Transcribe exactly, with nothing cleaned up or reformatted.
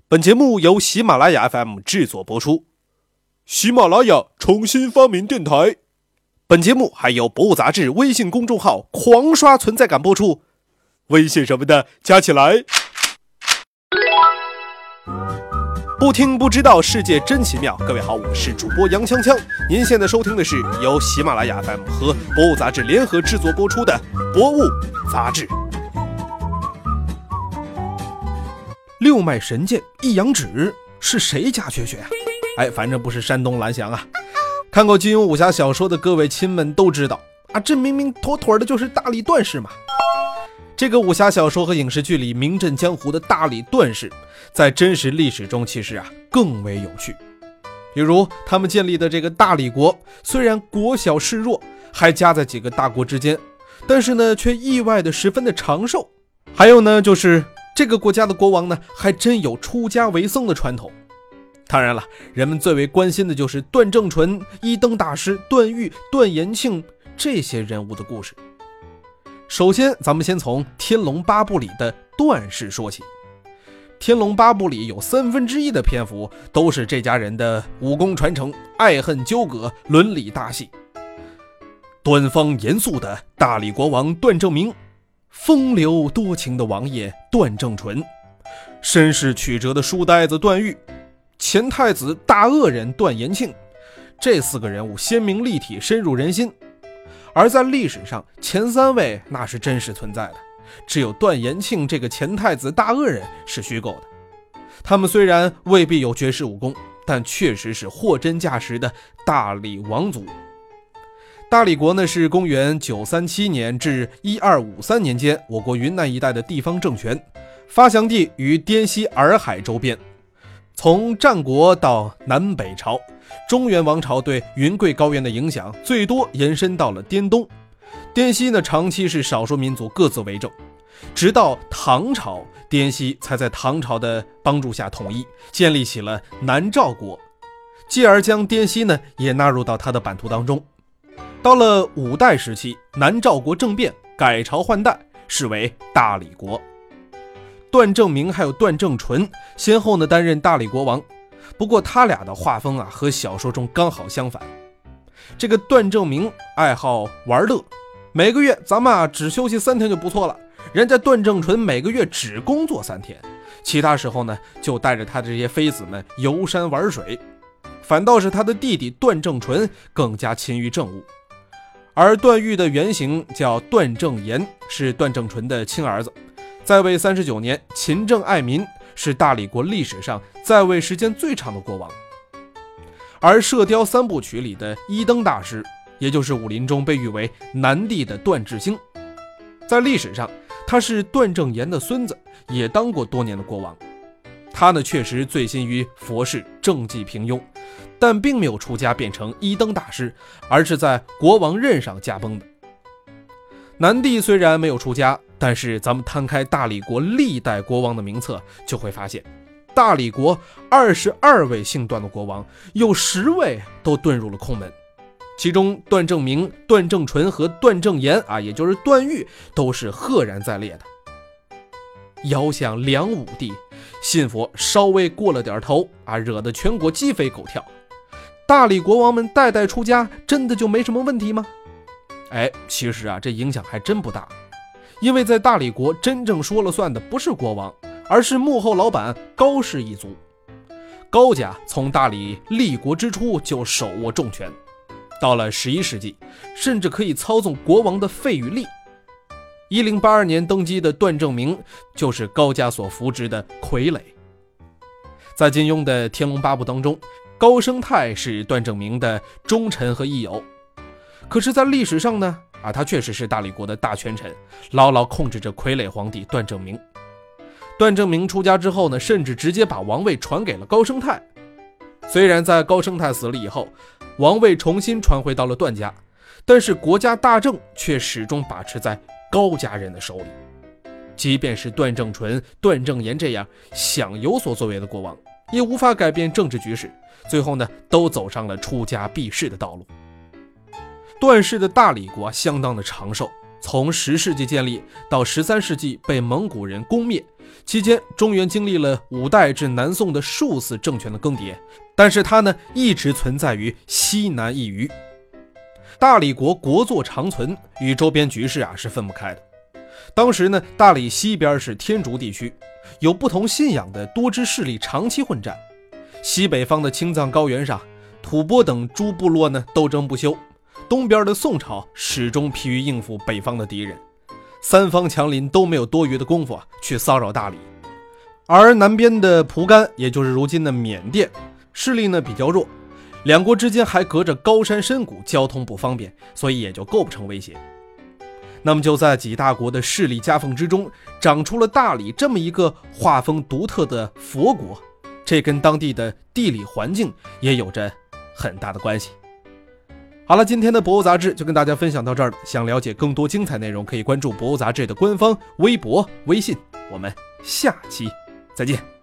本节目由喜马拉雅 F M 制作播出。喜马拉雅重新发明电台。本节目还由博物杂志微信公众号狂刷存在感播出，微信什么的加起来。不听不知道，世界真奇妙。各位好，我是主播杨锵锵。您现在收听的是由喜马拉雅 F M 和博物杂志联合制作播出的博物杂志。六脉神剑一阳指是谁家绝学啊？哎，反正不是山东蓝翔啊。看过金庸武侠小说的各位亲们都知道啊，这明明妥妥的就是大力段氏嘛。这个武侠小说和影视剧里名震江湖的大力段氏，在真实历史中其实啊更为有趣。比如他们建立的这个大理国，虽然国小势弱，还夹在几个大国之间，但是呢却意外的十分的长寿。还有呢就是这个国家的国王呢还真有出家为僧的传统。当然了，人们最为关心的就是段正淳、一灯大师、段誉、段延庆这些人物的故事。首先咱们先从天龙八部里的段氏说起。天龙八部里有三分之一的篇幅都是这家人的武功传承、爱恨纠葛、伦理大戏。端方严肃的大理国王段正明，风流多情的王爷段正淳，身世曲折的书呆子段誉，前太子大恶人段延庆，这四个人物鲜明立体，深入人心。而在历史上，前三位那是真实存在的，只有段延庆这个前太子大恶人是虚构的。他们虽然未必有绝世武功，但确实是货真价实的大理王族。大理国呢是公元九三七年至一二五三年间我国云南一带的地方政权，发祥地于滇西洱海周边。从战国到南北朝，中原王朝对云贵高原的影响最多延伸到了滇东。滇西呢长期是少数民族各自为政，直到唐朝，滇西才在唐朝的帮助下统一，建立起了南诏国，继而将滇西呢也纳入到他的版图当中。到了五代时期，南诏国政变，改朝换代，是为大理国。段正明还有段正淳先后呢担任大理国王，不过他俩的画风啊和小说中刚好相反。这个段正明爱好玩乐，每个月咱们啊只休息三天就不错了，人家段正淳每个月只工作三天，其他时候呢就带着他的这些妃子们游山玩水。反倒是他的弟弟段正淳更加勤于政务。而段誉的原型叫段正言，是段正淳的亲儿子，在位三十九年，勤政爱民，是大理国历史上在位时间最长的国王。而射雕三部曲里的一灯大师，也就是武林中被誉为南帝的段智兴，在历史上他是段正言的孙子，也当过多年的国王。他呢确实醉心于佛事，政绩平庸，但并没有出家变成一灯大师，而是在国王任上驾崩的。南帝虽然没有出家，但是咱们摊开大理国历代国王的名册，就会发现大理国二十二位姓段的国王，有十位都遁入了空门。其中段正明、段正淳和段正言啊，也就是段誉，都是赫然在列的。遥想梁武帝，信佛稍微过了点头啊，惹得全国鸡飞狗跳。大理国王们代代出家，真的就没什么问题吗？哎，其实啊，这影响还真不大。因为在大理国真正说了算的不是国王，而是幕后老板高氏一族。高家从大理立国之初就手握重权，到了十一世纪，甚至可以操纵国王的废与立。一零八二年登基的段正明就是高家所扶植的傀儡。在金庸的《天龙八部》当中，高生态是段正明的忠臣和义友。可是在历史上呢啊，他确实是大理国的大权臣，牢牢控制着傀儡皇帝段正明。段正明出家之后呢，甚至直接把王位传给了高生态。虽然在高生态死了以后，王位重新传回到了段家，但是国家大政却始终把持在高家人的手里。即便是段正淳、段正言这样想有所作为的国王，也无法改变政治局势，最后呢，都走上了出家避世的道路。段氏的大理国相当的长寿，从十世纪建立到十三世纪被蒙古人攻灭， 期间中原经历了五代至南宋的数次政权的更迭，但是它呢一直存在于西南一隅。大理国国祚长存，与周边局势啊是分不开的。当时呢，大理西边是天竺地区，有不同信仰的多支势力长期混战。西北方的青藏高原上，吐蕃等诸部落呢斗争不休，东边的宋朝始终疲于应付北方的敌人，三方强邻都没有多余的功夫啊去骚扰大理。而南边的蒲甘，也就是如今的缅甸，势力呢比较弱，两国之间还隔着高山深谷，交通不方便，所以也就构不成威胁。那么就在几大国的势力夹缝之中，长出了大理这么一个画风独特的佛国，这跟当地的地理环境也有着很大的关系。好了，今天的博物杂志就跟大家分享到这儿了。想了解更多精彩内容，可以关注博物杂志的官方微博、微信。我们下期再见。